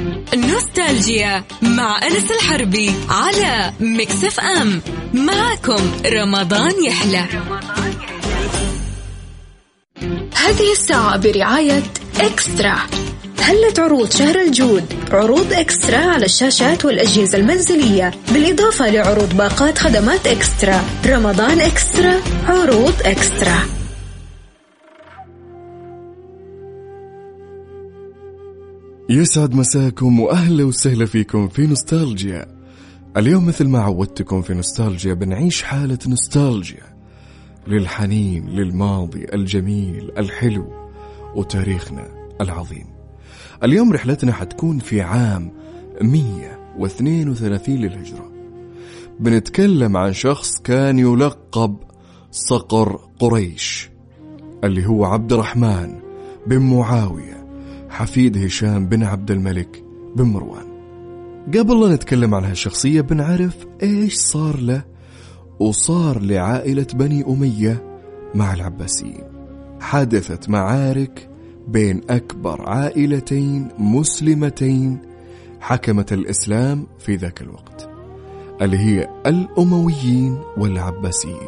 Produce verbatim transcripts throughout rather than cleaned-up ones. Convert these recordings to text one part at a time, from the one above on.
نوستالجيا مع أنس الحربي على ميكس اف ام. معكم رمضان يحلى. هذه الساعة برعاية إكسترا. هلت عروض شهر الجود، عروض إكسترا على الشاشات والأجهزة المنزلية، بالإضافة لعروض باقات خدمات إكسترا. رمضان إكسترا، عروض إكسترا. يسعد مساكم وأهلا وسهلا فيكم في نوستالجيا. اليوم مثل ما عودتكم في نوستالجيا بنعيش حالة نوستالجيا للحنين للماضي الجميل الحلو وتاريخنا العظيم. اليوم رحلتنا حتكون في عام مية واثنين وثلاثين للهجرة. بنتكلم عن شخص كان يلقب صقر قريش، اللي هو عبد الرحمن بن معاوية حفيد هشام بن عبد الملك بن مروان. قبل لا نتكلم عن هالشخصية بنعرف ايش صار له وصار لعائلة بني أمية مع العباسيين. حدثت معارك بين أكبر عائلتين مسلمتين حكمت الإسلام في ذاك الوقت، اللي هي الأمويين والعباسيين،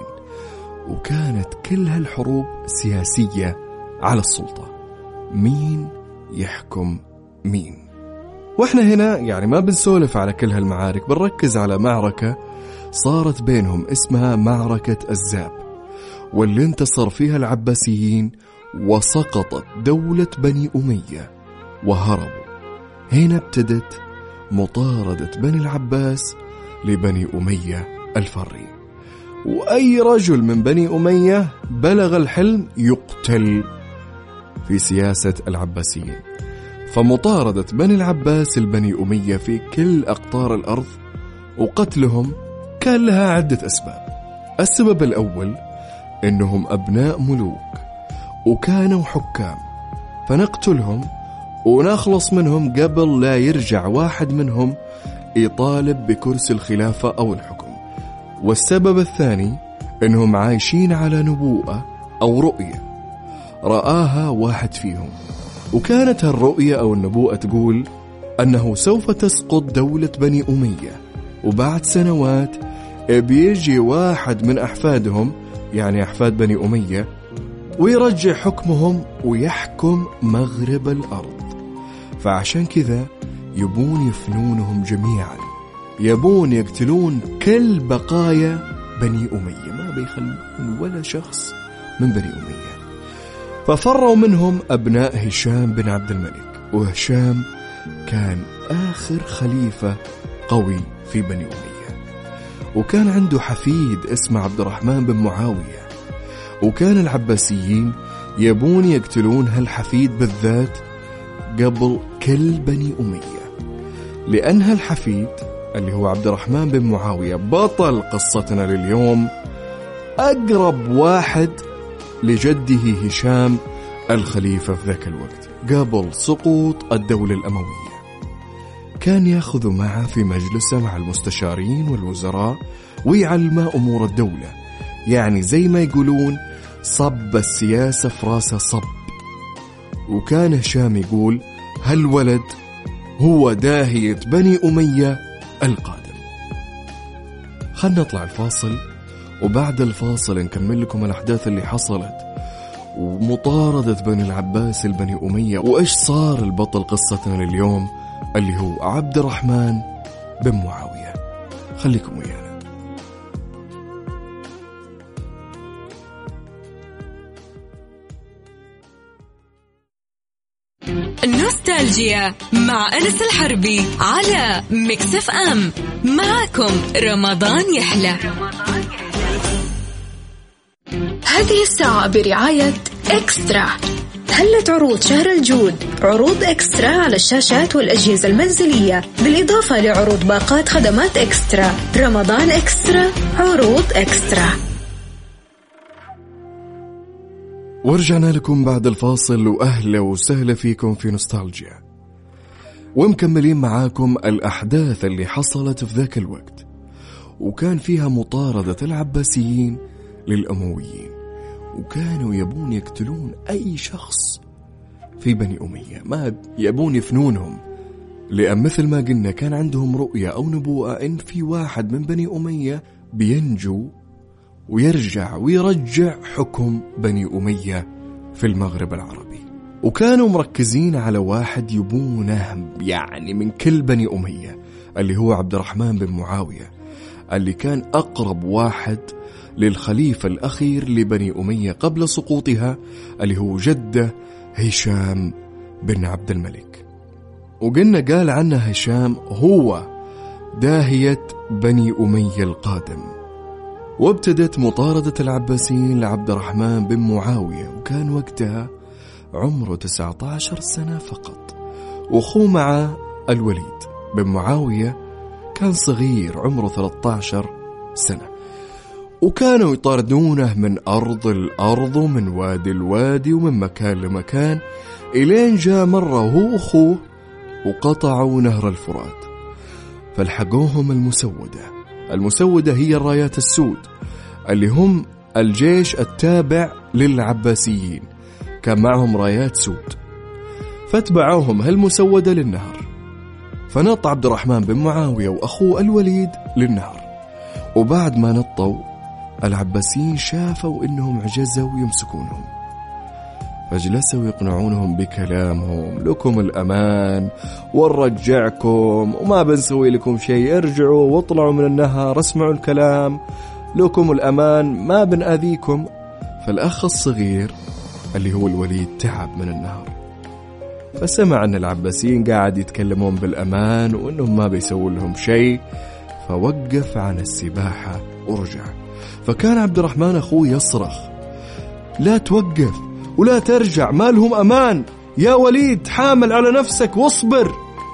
وكانت كل هالحروب سياسية على السلطة، مين يحكم مين. واحنا هنا يعني ما بنسولف على كل هالمعارك، بنركز على معركة صارت بينهم اسمها معركة الزاب، واللي انتصر فيها العباسيين وسقطت دولة بني أمية وهربوا. هنا ابتدت مطاردة بني العباس لبني أمية الفري، وأي رجل من بني أمية بلغ الحلم يقتل في سياسة العباسيين. فمطاردة بني العباس البني أمية في كل أقطار الأرض وقتلهم كان لها عدة أسباب. السبب الأول إنهم أبناء ملوك وكانوا حكام، فنقتلهم ونخلص منهم قبل لا يرجع واحد منهم يطالب بكرسي الخلافة أو الحكم. والسبب الثاني إنهم عايشين على نبوءة أو رؤية رآها واحد فيهم، وكانت الرؤية أو النبوءة تقول أنه سوف تسقط دولة بني أمية، وبعد سنوات بيجي واحد من أحفادهم يعني أحفاد بني أمية ويرجع حكمهم ويحكم مغرب الأرض. فعشان كذا يبون يفنونهم جميعا، يبون يقتلون كل بقايا بني أمية، ما بيخلون ولا شخص من بني أمية. ففروا منهم أبناء هشام بن عبد الملك، وهشام كان آخر خليفة قوي في بني أمية، وكان عنده حفيد اسمه عبد الرحمن بن معاوية، وكان العباسيين يبون يقتلون هالحفيد بالذات قبل كل بني أمية، لأن هالحفيد اللي هو عبد الرحمن بن معاوية بطل قصتنا لليوم أقرب واحد لجده هشام الخليفة في ذاك الوقت قبل سقوط الدولة الأموية. كان يأخذ معه في مجلسه مع المستشارين والوزراء ويعلم أمور الدولة، يعني زي ما يقولون صب السياسة في راسه صب. وكان هشام يقول هالولد هو داهية بني أمية القادم. خلنا نطلع الفاصل، وبعد الفاصل نكمل لكم الأحداث اللي حصلت ومطاردة بني العباس البني أمية، وإيش صار البطل قصتنا لليوم اللي هو عبد الرحمن بن معاوية. خليكم ويانا. نوستالجيا مع أنس الحربي على ميكس اف ام. معكم رمضان يحلى. هذه الساعة برعاية إكسترا. هلت عروض شهر الجود، عروض إكسترا على الشاشات والأجهزة المنزلية، بالإضافة لعروض باقات خدمات إكسترا. رمضان إكسترا، عروض إكسترا. ورجعنا لكم بعد الفاصل، وأهلا وسهلا فيكم في نوستالجيا، ومكملين معاكم الأحداث اللي حصلت في ذاك الوقت. وكان فيها مطاردة العباسيين للأمويين، وكانوا يبون يقتلون أي شخص في بني أمية، ما يبون يفنونهم لأن مثل ما قلنا كان عندهم رؤية أو نبوءة إن في واحد من بني أمية بينجو ويرجع ويرجع حكم بني أمية في المغرب العربي. وكانوا مركزين على واحد يبونه يعني من كل بني أمية، اللي هو عبد الرحمن بن معاوية، اللي كان أقرب واحد للخليفة الأخير لبني أمية قبل سقوطها، اللي هو جده هشام بن عبد الملك. وقلنا قال عنه هشام هو داهية بني أمية القادم. وابتدت مطاردة العباسيين لعبد الرحمن بن معاوية، وكان وقتها عمره تسعة عشر سنة فقط، وأخوه معه الوليد بن معاوية كان صغير عمره ثلاثة عشر سنة. وكانوا يطاردونه من أرض الأرض ومن وادي الوادي ومن مكان لمكان، إلين جاء مرة هو أخوه وقطعوا نهر الفرات، فالحقوهم المسودة. المسودة هي الرايات السود اللي هم الجيش التابع للعباسيين، كان معهم رايات سود، فاتبعوهم هالمسودة للنهر. فنط عبد الرحمن بن معاوية وأخوه الوليد للنهر، وبعد ما نطوا العباسيين شافوا إنهم عجزوا يمسكونهم، فجلسوا يقنعونهم بكلامهم: لكم الأمان ونرجعكم وما بنسوي لكم شيء، ارجعوا واطلعوا من النهر، اسمعوا الكلام، لكم الأمان ما بنأذيكم. فالأخ الصغير اللي هو الوليد تعب من النهر، فسمع أن العباسيين قاعد يتكلمون بالأمان وأنهم ما بيسووا لهم شيء، فوقف عن السباحة ورجع. فكان عبد الرحمن أخوه يصرخ: لا توقف ولا ترجع، ما لهم أمان، يا وليد حامل على نفسك واصبر.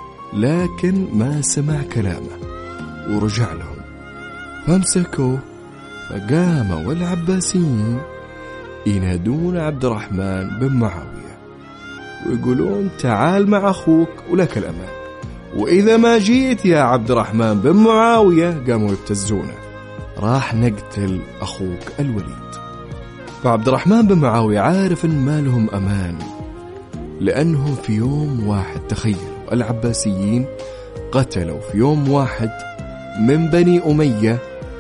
لكن ما سمع كلامه ورجع لهم، فامسكوه، فقام والعباسيين ينادون عبد الرحمن بن معاوية ويقولون: تعال مع أخوك ولك الأمان، وإذا ما جيت يا عبد الرحمن بن معاوية، قاموا يبتزونه، راح نقتل أخوك الوليد. فعبد الرحمن بن معاوية عارف إن ما لهم أمان، لأنهم في يوم واحد، تخيلوا، العباسيين قتلوا في يوم واحد من بني أمية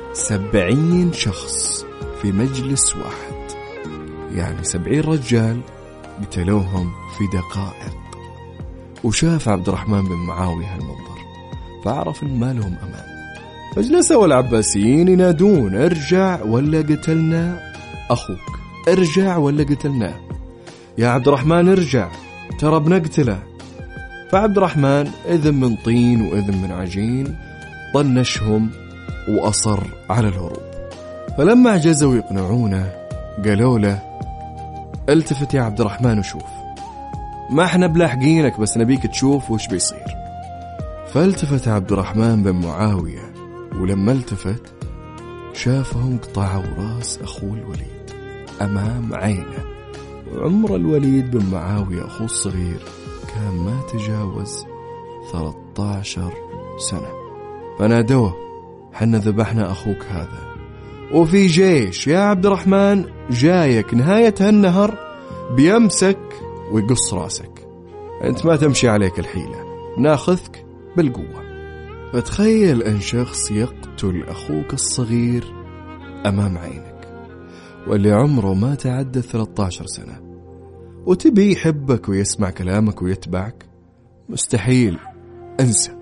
سبعين شخص في مجلس واحد، يعني سبعين رجال قتلوهم في دقائق. وشاف عبد الرحمن بن معاوية المنظر، فعرف إن ما لهم أمان، فجلسوا العباسيين ينادون: ارجع ولا قتلنا أخوك، ارجع ولا قتلناه، يا عبد الرحمن ارجع ترى بنقتله. فعبد الرحمن إذن من طين وإذن من عجين طنشهم وأصر على الهروب. فلما عجزوا يقنعونه قالوا له: التفت يا عبد الرحمن وشوف، ما احنا بلاحقينك، بس نبيك تشوف وش بيصير. فالتفت عبد الرحمن بن معاوية، ولما التفت شافهم قطعوا راس أخوه الوليد أمام عينه. وعمر الوليد بن معاوية أخوه الصغير كان ما تجاوز ثلاثة عشر سنة. فنادوه: حنا ذبحنا أخوك هذا، وفي جيش يا عبد الرحمن جايك نهاية هالنهر بيمسك ويقص راسك، أنت ما تمشي عليك الحيلة، ناخذك بالقوة. فتخيل أن شخص يقتل أخوك الصغير أمام عينك، واللي عمره ما تعدى ثلاثة عشر سنة، وتبي يحبك ويسمع كلامك ويتبعك؟ مستحيل، انسى.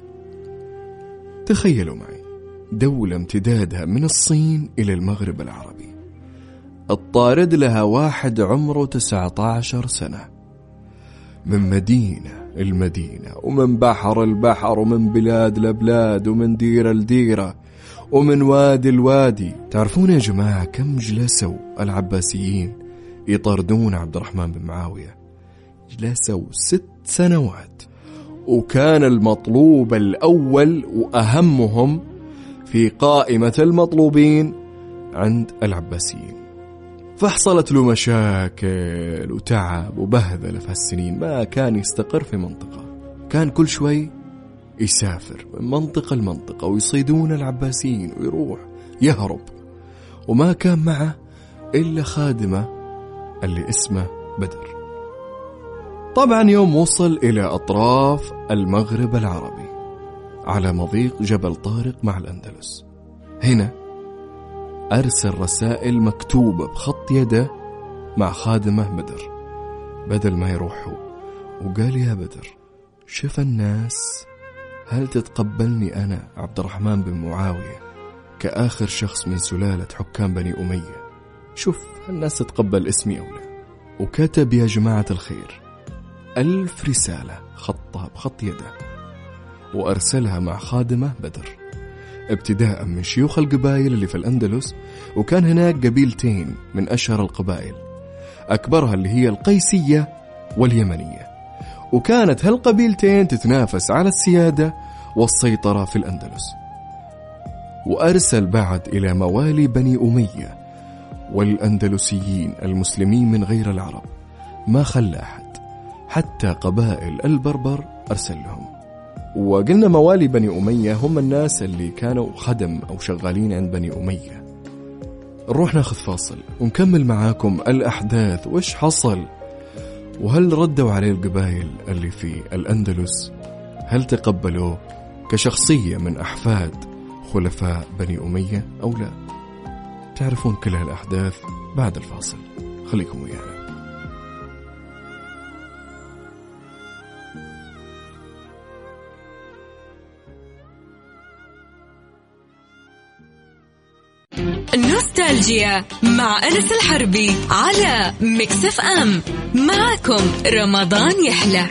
تخيلوا معي دولة امتدادها من الصين إلى المغرب العربي، الطارد لها واحد عمره تسعة عشر سنة، من مدينة المدينة، ومن بحر البحر، ومن بلاد لبلاد، ومن ديرة لديرة، ومن وادي الوادي. تعرفون يا جماعة كم جلسوا العباسيين يطاردون عبد الرحمن بن معاوية؟ جلسوا ست سنوات، وكان المطلوب الأول وأهمهم في قائمة المطلوبين عند العباسيين. فحصلت له مشاكل وتعب وبهذلة في هالسنين، ما كان يستقر في منطقة، كان كل شوي يسافر من منطقة لمنطقة ويصيدون العباسيين ويروح يهرب، وما كان معه إلا خادمة اللي اسمه بدر. طبعا يوم وصل إلى أطراف المغرب العربي على مضيق جبل طارق مع الأندلس. هنا أرسل رسائل مكتوبة بخط يده مع خادمه بدر بدل ما يروح هو، وقال: يا بدر، شوف الناس، هل تتقبلني أنا عبد الرحمن بن معاوية كآخر شخص من سلالة حكام بني أمية؟ شوف الناس تتقبل اسمي أو لا. وكتب: يا جماعة الخير، ألف رسالة خطها بخط يده، وأرسلها مع خادمه بدر، ابتداء من شيوخ القبائل اللي في الأندلس. وكان هناك قبيلتين من أشهر القبائل، أكبرها اللي هي القيسية واليمنية، وكانت هالقبيلتين تتنافس على السيادة والسيطرة في الأندلس. وأرسل بعد إلى موالي بني أمية والأندلسيين المسلمين من غير العرب، ما خلى أحد، حتى قبائل البربر أرسل لهم. وقلنا موالي بني أمية هم الناس اللي كانوا خدم أو شغالين عند بني أمية. نروح ناخذ فاصل ونكمل معاكم الأحداث وإيش حصل، وهل ردوا عليه القبائل اللي في الأندلس، هل تقبلوه كشخصية من أحفاد خلفاء بني أمية أو لا؟ تعرفون كل هالأحداث بعد الفاصل، خليكم ويانا. نوستالجيا مع أنس الحربي على ميكس اف ام. معكم رمضان يحلى.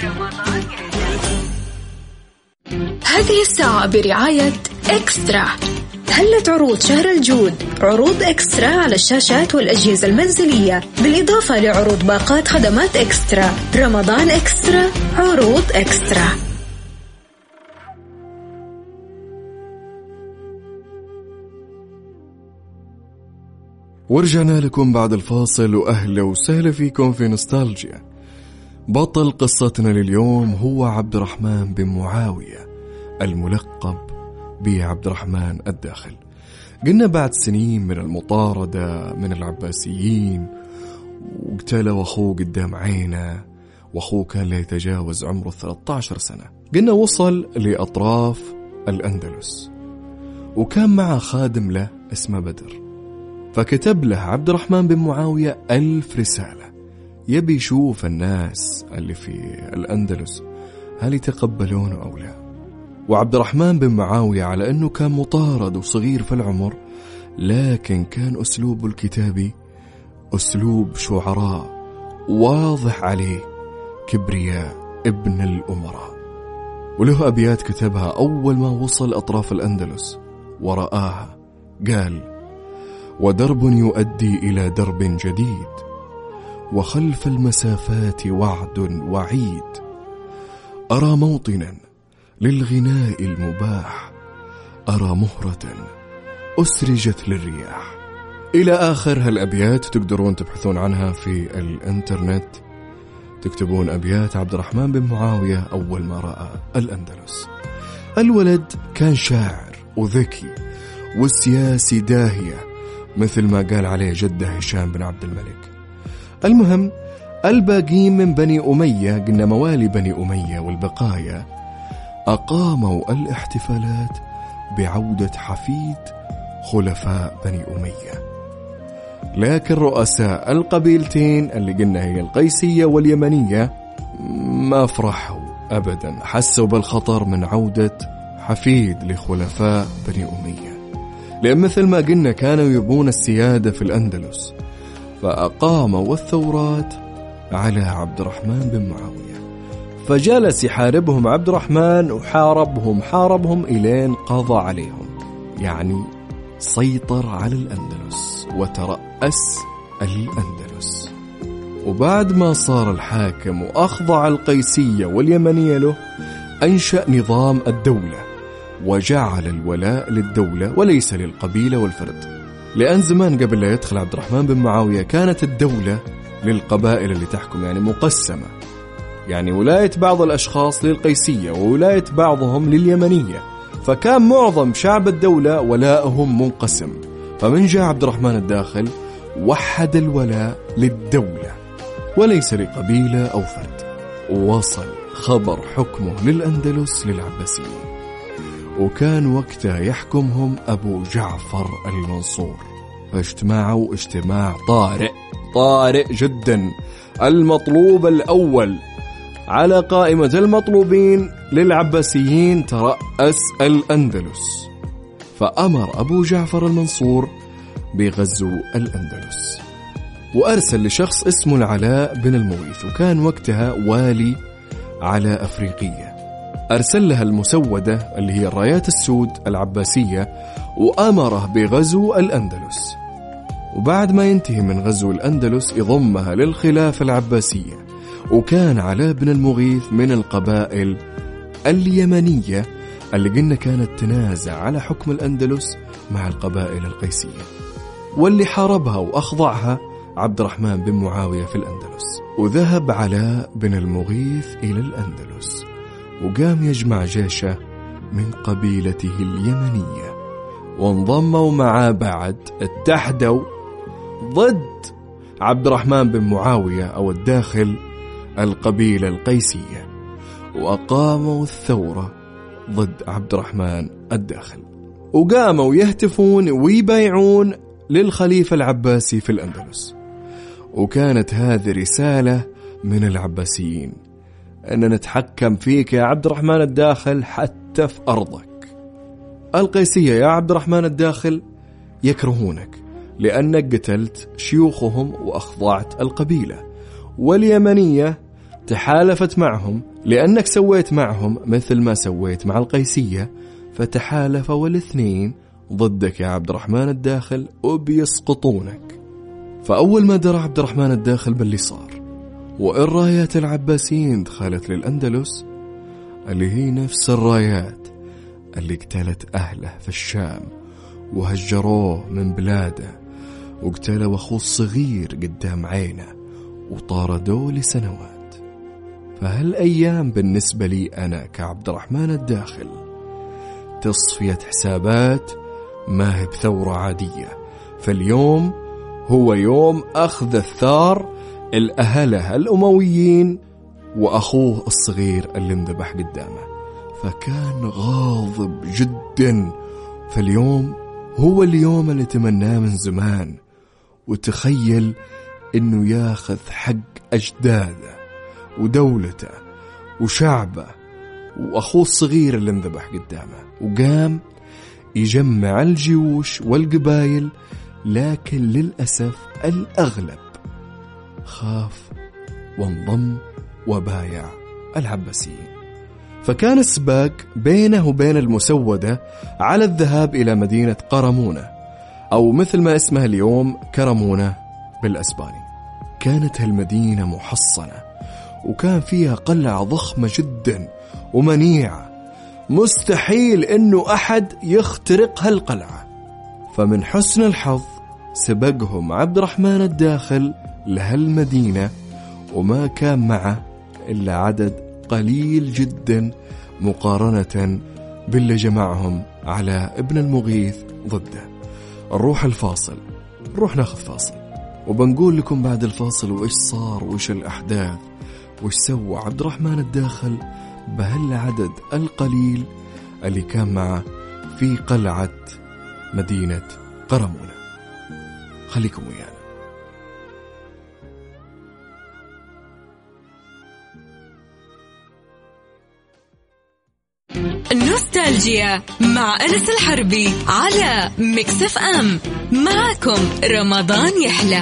هذه الساعة برعاية إكسترا. هلت عروض شهر الجود، عروض إكسترا على الشاشات والأجهزة المنزلية، بالإضافة لعروض باقات خدمات إكسترا. رمضان إكسترا، عروض إكسترا. ورجعنا لكم بعد الفاصل، وأهلا وسهلا فيكم في نوستالجيا. بطل قصتنا لليوم هو عبد الرحمن بن معاوية، الملقب بعبد الرحمن الداخل. قلنا بعد سنين من المطاردة من العباسيين، وقتلوا أخوه قدام عينه، وأخوه كان لا يتجاوز عمره ثلاثة عشر سنة. قلنا وصل لأطراف الأندلس، وكان معه خادم له اسمه بدر، فكتب له عبد الرحمن بن معاوية ألف رسالة، يبي يشوف الناس اللي في الأندلس هل يتقبلونه أو لا. وعبد الرحمن بن معاوية على أنه كان مطارد وصغير في العمر، لكن كان أسلوبه الكتابي أسلوب شعراء واضح عليه كبرياء ابن الأمراء. وله أبيات كتبها أول ما وصل أطراف الأندلس ورآها، قال: ودرب يؤدي إلى درب جديد، وخلف المسافات وعد وعيد، أرى موطنا للغناء المباح، أرى مهرة أسرجت للرياح. إلى آخر هالأبيات، تقدرون تبحثون عنها في الإنترنت، تكتبون أبيات عبد الرحمن بن معاوية أول ما رأى الأندلس. الولد كان شاعر وذكي والسياسي داهية، مثل ما قال عليه جده هشام بن عبد الملك. المهم، الباقين من بني أمية، قلنا موالي بني أمية والبقايا، أقاموا الاحتفالات بعودة حفيد خلفاء بني أمية. لكن رؤساء القبيلتين اللي قلنا هي القيسية واليمنية ما فرحوا أبدا، حسوا بالخطر من عودة حفيد لخلفاء بني أمية، لأن مثل ما قلنا كانوا يبون السيادة في الأندلس، فأقاموا الثورات على عبد الرحمن بن معاوية. فجلس يحاربهم عبد الرحمن، وحاربهم حاربهم إلين قضى عليهم، يعني سيطر على الأندلس وترأس الأندلس. وبعد ما صار الحاكم وأخضع القيسية واليمنية له، أنشأ نظام الدولة، وجعل الولاء للدولة وليس للقبيلة والفرد. لأن زمان قبل لا يدخل عبد الرحمن بن معاوية كانت الدولة للقبائل اللي تحكم، يعني مقسمة، يعني ولاية بعض الأشخاص للقيسية وولاية بعضهم لليمنية، فكان معظم شعب الدولة ولاءهم منقسم. فمن جاء عبد الرحمن الداخل وحد الولاء للدولة وليس لقبيلة أو فرد، ووصل خبر حكمه للأندلس للعباسيين، وكان وقتها يحكمهم أبو جعفر المنصور. فاجتمعوا اجتماع طارئ طارئ جدا، المطلوب الأول على قائمة المطلوبين للعباسيين ترأس الأندلس. فأمر أبو جعفر المنصور بغزو الأندلس، وأرسل لشخص اسمه العلاء بن المغيث، وكان وقتها والي على أفريقية. أرسل لها المسودة اللي هي الرايات السود العباسية، وأمره بغزو الأندلس. وبعد ما ينتهي من غزو الأندلس يضمها للخلافة العباسية. وكان علاء بن المغيث من القبائل اليمنية اللي قلنا كانت تنازع على حكم الأندلس مع القبائل القيسية، واللي حاربها وأخضعها عبد الرحمن بن معاوية في الأندلس. وذهب علاء بن المغيث إلى الأندلس، وقام يجمع جيشه من قبيلته اليمنية، وانضموا معه بعد اتحدوا ضد عبد الرحمن بن معاوية أو الداخل القبيلة القيسية، وأقاموا الثورة ضد عبد الرحمن الداخل، وقاموا يهتفون ويبايعون للخليفة العباسي في الأندلس. وكانت هذه رسالة من العباسيين أن نتحكم فيك يا عبد الرحمن الداخل حتى في أرضك. القيسية يا عبد الرحمن الداخل يكرهونك لأنك قتلت شيوخهم وأخضعت القبيلة، واليمنية تحالفت معهم لأنك سويت معهم مثل ما سويت مع القيسية، فتحالفوا الاثنين ضدك يا عبد الرحمن الداخل وبيسقطونك. فأول ما درى عبد الرحمن الداخل باللي صار، والرايات العباسيين دخلت للأندلس اللي هي نفس الرايات اللي قتلت أهله في الشام وهجروه من بلاده، وقتلوا أخوه الصغير قدام عينه وطاردوه لسنوات. فهالأيام بالنسبة لي أنا كعبد الرحمن الداخل تصفية حسابات، ما هي بثورة عادية. فاليوم هو يوم أخذ الثار الأهله الأمويين وأخوه الصغير اللي انذبح قدامه، فكان غاضب جدا. فاليوم هو اليوم اللي تمناه من زمان، وتخيل إنه ياخذ حق أجداده ودولته وشعبه وأخوه الصغير اللي انذبح قدامه، وقام يجمع الجيوش والقبائل. لكن للأسف الأغلب خاف وانضم وبايع العباسيين. فكان السباق بينه وبين المسودة على الذهاب إلى مدينة قرمونة، أو مثل ما اسمها اليوم كرمونة بالأسباني. كانت هالمدينة محصنة، وكان فيها قلعة ضخمة جدا ومنيعة، مستحيل إنه أحد يخترق هالقلعة. فمن حسن الحظ سبقهم عبد الرحمن الداخل لهالمدينة، وما كان معه إلا عدد قليل جدا مقارنة باللي جمعهم على ابن المغيث ضده. نروح الفاصل، نروح ناخذ فاصل، وبنقول لكم بعد الفاصل وإيش صار وإيش الأحداث وإيش سوى عبد الرحمن الداخل بهالعدد القليل اللي كان معه في قلعة مدينة قرمونة. خليكم ويانا. نوستالجيا مع أنس الحربي على ميكس اف ام. معكم رمضان يحلى.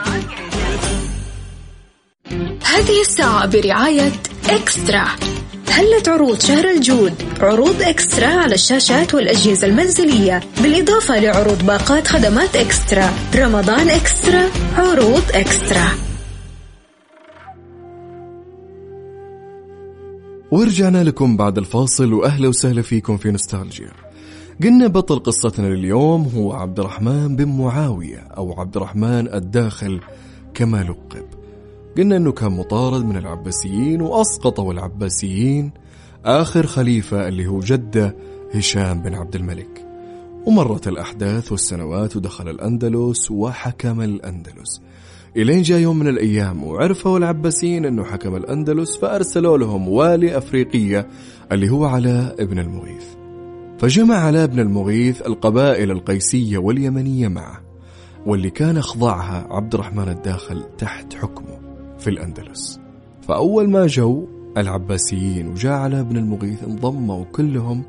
هذه الساعة برعاية إكسترا. هلت عروض شهر الجود، عروض إكسترا على الشاشات والأجهزة المنزلية، بالإضافة لعروض باقات خدمات إكسترا. رمضان إكسترا، عروض إكسترا. ورجعنا لكم بعد الفاصل، وأهلا وسهلا فيكم في نوستالجيا. قلنا بطل قصتنا لليوم هو عبد الرحمن بن معاوية أو عبد الرحمن الداخل كما لقب. قلنا أنه كان مطارد من العباسيين، وأسقطوا العباسيين آخر خليفة اللي هو جده هشام بن عبد الملك. ومرت الأحداث والسنوات، ودخل الأندلس وحكم الأندلس. إلين جاء يوم من الأيام وعرفوا العباسيين أنه حكم الأندلس، فأرسلوا لهم والي أفريقية اللي هو علاء بن المغيث. فجمع علاء بن المغيث القبائل القيسية واليمنية معه، واللي كان أخضعها عبد الرحمن الداخل تحت حكمه في الأندلس. فأول ما جو العباسيين وجاء علاء بن المغيث انضموا كلهم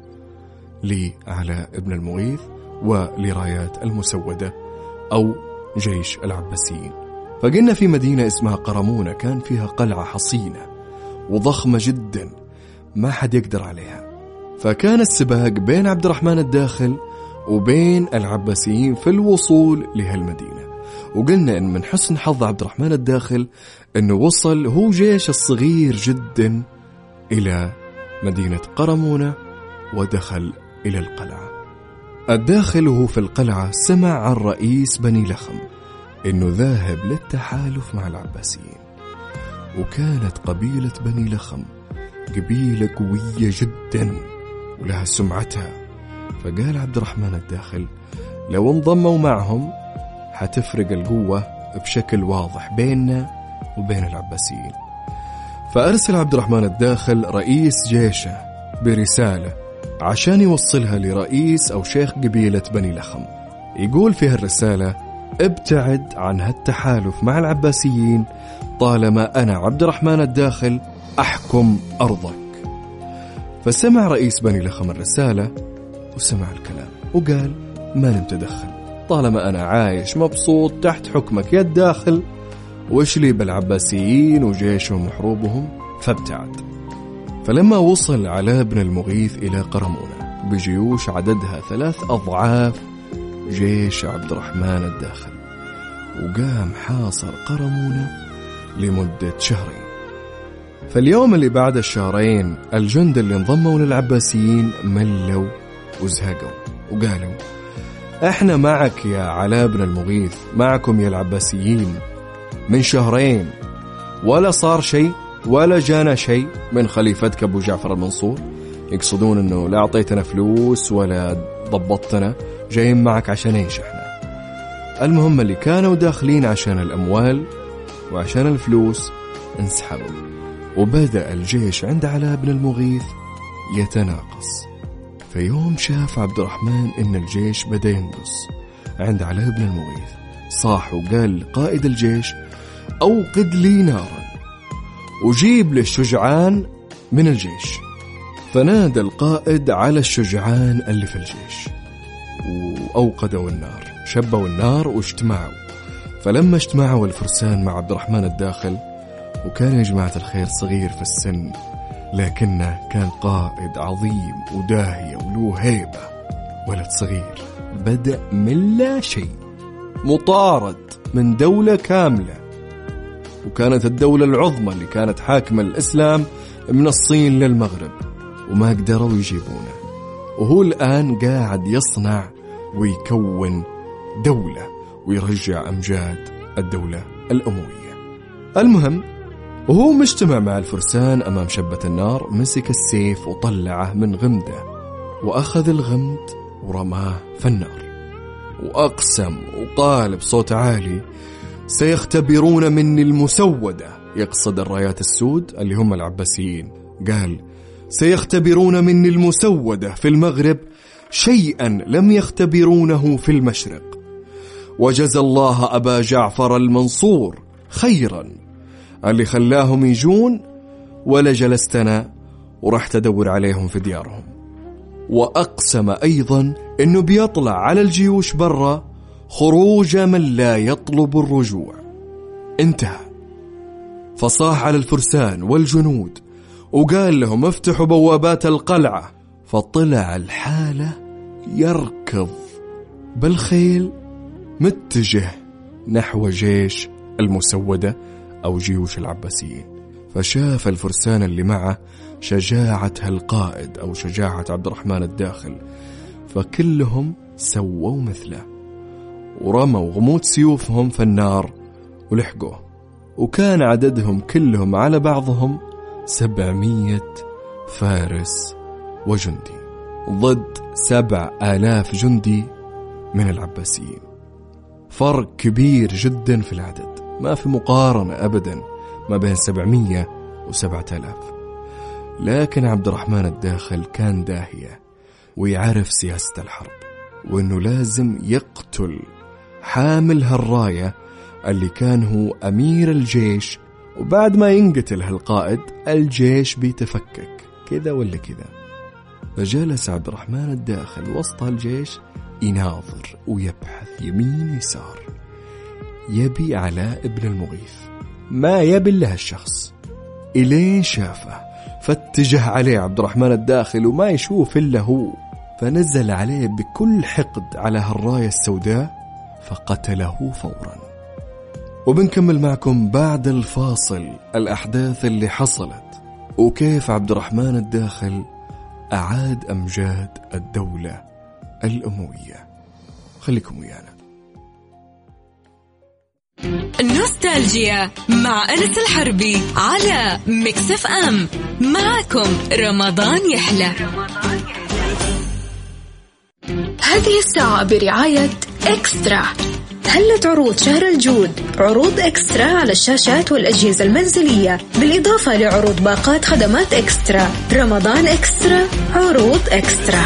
لعلاء بن المغيث ولرايات المسودة أو جيش العباسيين. فقلنا في مدينة اسمها قرمونة كان فيها قلعة حصينة وضخمة جدا ما حد يقدر عليها. فكان السباق بين عبد الرحمن الداخل وبين العباسيين في الوصول لهالمدينة. وقلنا إن من حسن حظ عبد الرحمن الداخل إنه وصل هو جيش الصغير جدا إلى مدينة قرمونة ودخل إلى القلعة. الداخل وهو في القلعة سمع عن رئيس بني لخم إنه ذاهب للتحالف مع العباسيين. وكانت قبيلة بني لخم قبيلة قوية جدا ولها سمعتها. فقال عبد الرحمن الداخل لو انضموا معهم حتفرق القوة بشكل واضح بيننا وبين العباسيين. فأرسل عبد الرحمن الداخل رئيس جيشه برسالة عشان يوصلها لرئيس أو شيخ قبيلة بني لخم. يقول فيها الرسالة: ابتعد عن هالتحالف مع العباسيين طالما أنا عبد الرحمن الداخل أحكم أرضك. فسمع رئيس بني لخم الرسالة وسمع الكلام وقال: ما نتدخل طالما أنا عايش مبسوط تحت حكمك يا الداخل، وإيش لي بالعباسيين وجيشهم وحروبهم، فابتعد. فلما وصل علاء بن المغيث إلى قرمونة بجيوش عددها ثلاث أضعاف جيش عبد الرحمن الداخل، وقام حاصر قرمونة لمدة شهرين. فاليوم اللي بعد الشهرين الجند اللي انضموا للعباسيين ملوا وزهقوا وقالوا: احنا معك يا علاء بن المغيث، معكم يا العباسيين من شهرين ولا صار شيء ولا جانا شيء من خليفتك أبو جعفر المنصور. يقصدون أنه لا أعطيتنا فلوس ولا ضبطتنا، جايين معك عشان ايش احنا. المهم اللي كانوا داخلين عشان الأموال وعشان الفلوس انسحبوا، وبدأ الجيش عند علاء بن المغيث يتناقص. فيوم شاف عبد الرحمن إن الجيش بدأ ينقص عند علاء بن المغيث صاح وقال لقائد الجيش: أوقد لي نارا وجيب لي الشجعان من الجيش. فنادى القائد على الشجعان اللي في الجيش وأوقدوا النار، شبوا النار واجتمعوا. فلما اجتمعوا الفرسان مع عبد الرحمن الداخل، وكان يا جماعة الخير صغير في السن لكنه كان قائد عظيم وداهية وله هيبة، ولد صغير بدأ من لا شيء، مطارد من دولة كاملة، وكانت الدولة العظمى اللي كانت حاكمة الإسلام من الصين للمغرب، وما قدروا يجيبونه. وهو الآن قاعد يصنع ويكون دولة ويرجع أمجاد الدولة الأموية. المهم وهو مجتمع مع الفرسان أمام شبة النار، مسك السيف وطلعه من غمده وأخذ الغمد ورماه في النار، وأقسم وقال بصوت عالي: سيختبرون مني المسودة، يقصد الرايات السود اللي هم العباسيين. قال: سيختبرون مني المسودة في المغرب شيئا لم يختبرونه في المشرق، وجزى الله أبا جعفر المنصور خيرا اللي خلاهم يجون ولا جلستنا ورح تدور عليهم في ديارهم. وأقسم أيضا أنه بيطلع على الجيوش برا خروج من لا يطلب الرجوع. انتهى. فصاح على الفرسان والجنود وقال لهم: افتحوا بوابات القلعة. فطلع الحالة يركض بالخيل متجه نحو جيش المسودة أو جيوش العباسيين. فشاف الفرسان اللي معه شجاعة القائد أو شجاعة عبد الرحمن الداخل، فكلهم سووا مثله ورموا غمود سيوفهم في النار ولحقوه. وكان عددهم كلهم على بعضهم سبعمية فارس وجندي ضد سبع آلاف جندي من العباسيين. فرق كبير جدا في العدد، ما في مقارنة أبدا ما بين سبعمية وسبعة آلاف. لكن عبد الرحمن الداخل كان داهية ويعرف سياسة الحرب، وأنه لازم يقتل حامل هالراية اللي كان هو أمير الجيش، وبعد ما ينقتل هالقائد الجيش بيتفكك كذا ولا كذا. فجلس عبد الرحمن الداخل وسط الجيش يناظر ويبحث يمين يسار، يبي علاء بن المغيث، ما يبي إلا هالشخص. إلين شافه فاتجه عليه عبد الرحمن الداخل وما يشوف إلا هو، فنزل عليه بكل حقد على هالراية السوداء فقتله فورا. وبنكمل معكم بعد الفاصل الأحداث اللي حصلت وكيف عبد الرحمن الداخل أعاد أمجاد الدولة الأموية. خليكم ويانا. نوستالجيا مع أنس الحربي على ميكس اف ام. معكم رمضان يحلى. هذه الساعة برعاية إكسترا. هلت عروض شهر الجود، عروض إكسترا على الشاشات والأجهزة المنزلية، بالإضافة لعروض باقات خدمات إكسترا. رمضان إكسترا، عروض إكسترا.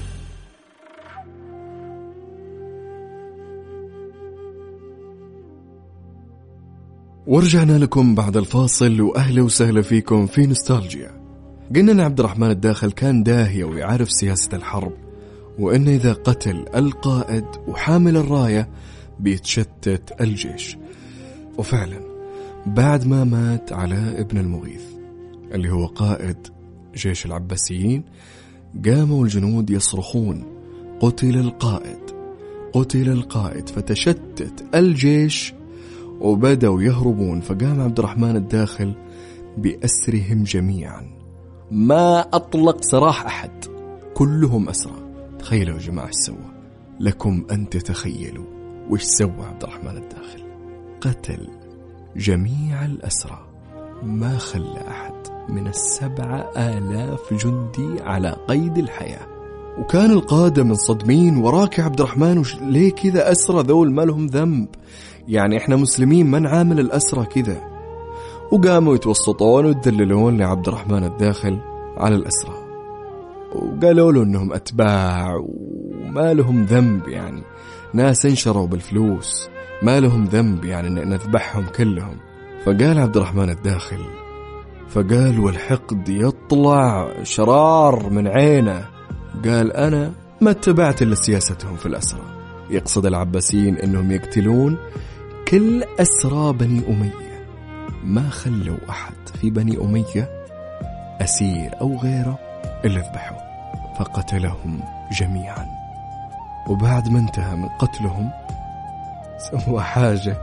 ورجعنا لكم بعد الفاصل، وأهلا وسهلا فيكم في نوستالجيا. قلنا أن عبد الرحمن الداخل كان داهية ويعرف سياسة الحرب، وأن إذا قتل القائد وحامل الراية بيتشتت الجيش. وفعلا بعد ما مات علاء بن المغيث اللي هو قائد جيش العباسيين، قاموا الجنود يصرخون قتل القائد قتل القائد، فتشتت الجيش وبدأوا يهربون. فقام عبد الرحمن الداخل بأسرهم جميعا، ما أطلق سراح أحد، كلهم أسرى. تخيلوا يا جماعة ايش سوى، لكم أن تتخيلوا وش سوى عبد الرحمن الداخل. قتل جميع الأسرى، ما خلى أحد من السبعة آلاف جندي على قيد الحياة. وكان القادة منصدمين، وراك عبد الرحمن وش ليه كذا أسرى ذول ما لهم ذنب، يعني إحنا مسلمين ما نعامل الأسرى كذا. وقاموا يتوسطون ويدللون لعبد الرحمن الداخل على الأسرى، وقالوا له أنهم أتباع وما لهم ذنب، يعني ناس انشروا بالفلوس ما لهم ذنب، يعني نذبحهم كلهم. فقال عبد الرحمن الداخل، فقال والحقد يطلع شرار من عينه، قال أنا ما اتبعت إلا سياستهم في الأسرى، يقصد العباسيين أنهم يقتلون كل أسرى بني أمية، ما خلوا أحد في بني أمية أسير أو غيره إلا ذبحوا، فقتلهم جميعا. وبعد ما انتهى من قتلهم سوى حاجة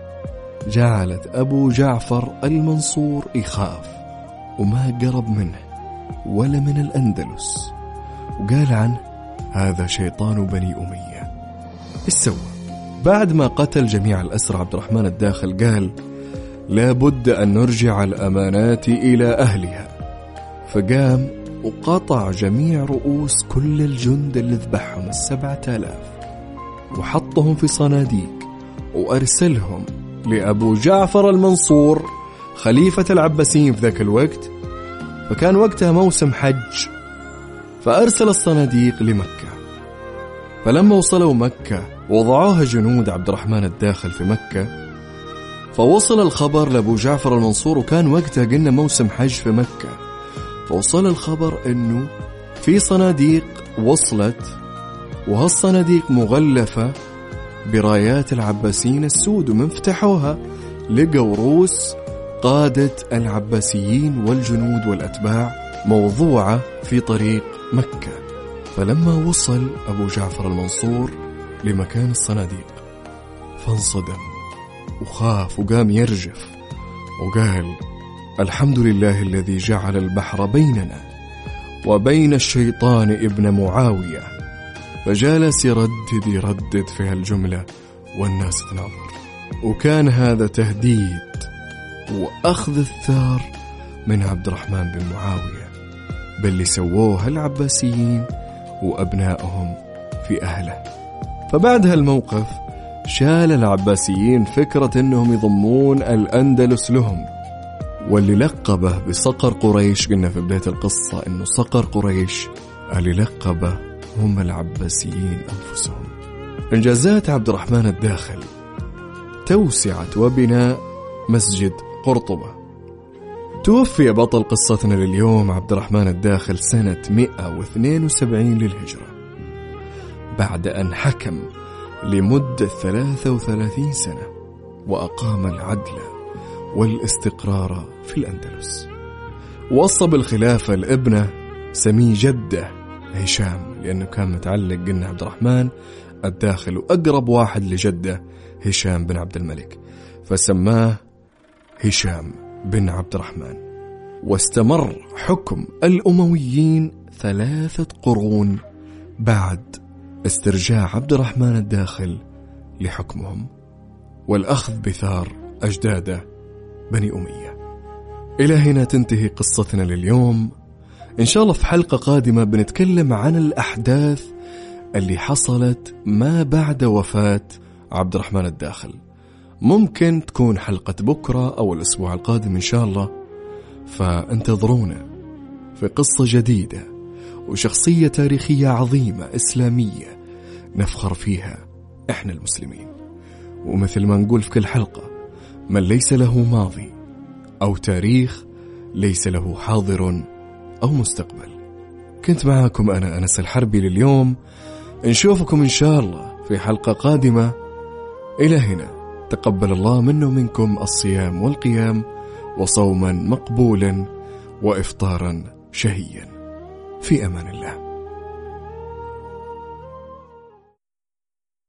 جعلت أبو جعفر المنصور يخاف وما قرب منه ولا من الأندلس، وقال عنه هذا شيطان بني أمية. إيش سوى؟ بعد ما قتل جميع الأسرى عبد الرحمن الداخل قال لا بد أن نرجع الأمانات إلى أهلها، فقام وقطع جميع رؤوس كل الجند اللي ذبحهم السبعة آلاف وحطهم في صناديق وأرسلهم لأبو جعفر المنصور خليفة العباسيين في ذاك الوقت، فكان وقتها موسم حج، فأرسل الصناديق لمكة. فلما وصلوا مكة وضعوها جنود عبد الرحمن الداخل في مكة، فوصل الخبر لأبو جعفر المنصور، وكان وقتها قلنا موسم حج في مكة، فوصل الخبر أنه في صناديق وصلت، وهالصناديق مغلفة برايات العباسيين السود، ومن فتحوها لقوا رؤوس قادة العباسيين والجنود والأتباع موضوعة في طريق مكة. فلما وصل أبو جعفر المنصور لمكان الصناديق فانصدم وخاف وقام يرجف وقال الحمد لله الذي جعل البحر بيننا وبين الشيطان ابن معاوية. فجالس يردد يردد في هالجملة والناس تناظر، وكان هذا تهديد وأخذ الثار من عبد الرحمن بن معاوية باللي سووه العباسيين وأبنائهم في أهله. فبعد هالموقف شال العباسيين فكرة أنهم يضمون الأندلس لهم، واللي لقبه بصقر قريش. قلنا في بداية القصة أنه صقر قريش اللي لقبه هم العباسيين أنفسهم. إنجازات عبد الرحمن الداخل: توسعة وبناء مسجد قرطبة. توفي بطل قصتنا لليوم عبد الرحمن الداخل سنة مئة واثنين وسبعين للهجرة، بعد أن حكم لمدة ثلاثة وثلاثين سنة وأقام العدل والاستقرار في الأندلس. وصب الخلافة لابنه سمي جده هشام، لأنه كان متعلق قلنا عبد الرحمن الداخل وأقرب واحد لجده هشام بن عبد الملك، فسماه هشام بن عبد الرحمن. واستمر حكم الأمويين ثلاثة قرون بعد استرجاع عبد الرحمن الداخل لحكمهم والأخذ بثار أجداده بني أمية. إلى هنا تنتهي قصتنا لليوم. إن شاء الله في حلقة قادمة بنتكلم عن الأحداث اللي حصلت ما بعد وفاة عبد الرحمن الداخل. ممكن تكون حلقة بكرة أو الأسبوع القادم إن شاء الله، فانتظرونا في قصة جديدة وشخصية تاريخية عظيمة إسلامية نفخر فيها إحنا المسلمين. ومثل ما نقول في كل حلقة: من ليس له ماضي أو تاريخ ليس له حاضر أو مستقبل. كنت معاكم أنا أنس الحربي لليوم. نشوفكم إن شاء الله في حلقة قادمة. إلى هنا تقبل الله منا ومنكم الصيام والقيام، وصوما مقبولا وإفطارا شهيا. في أمان الله.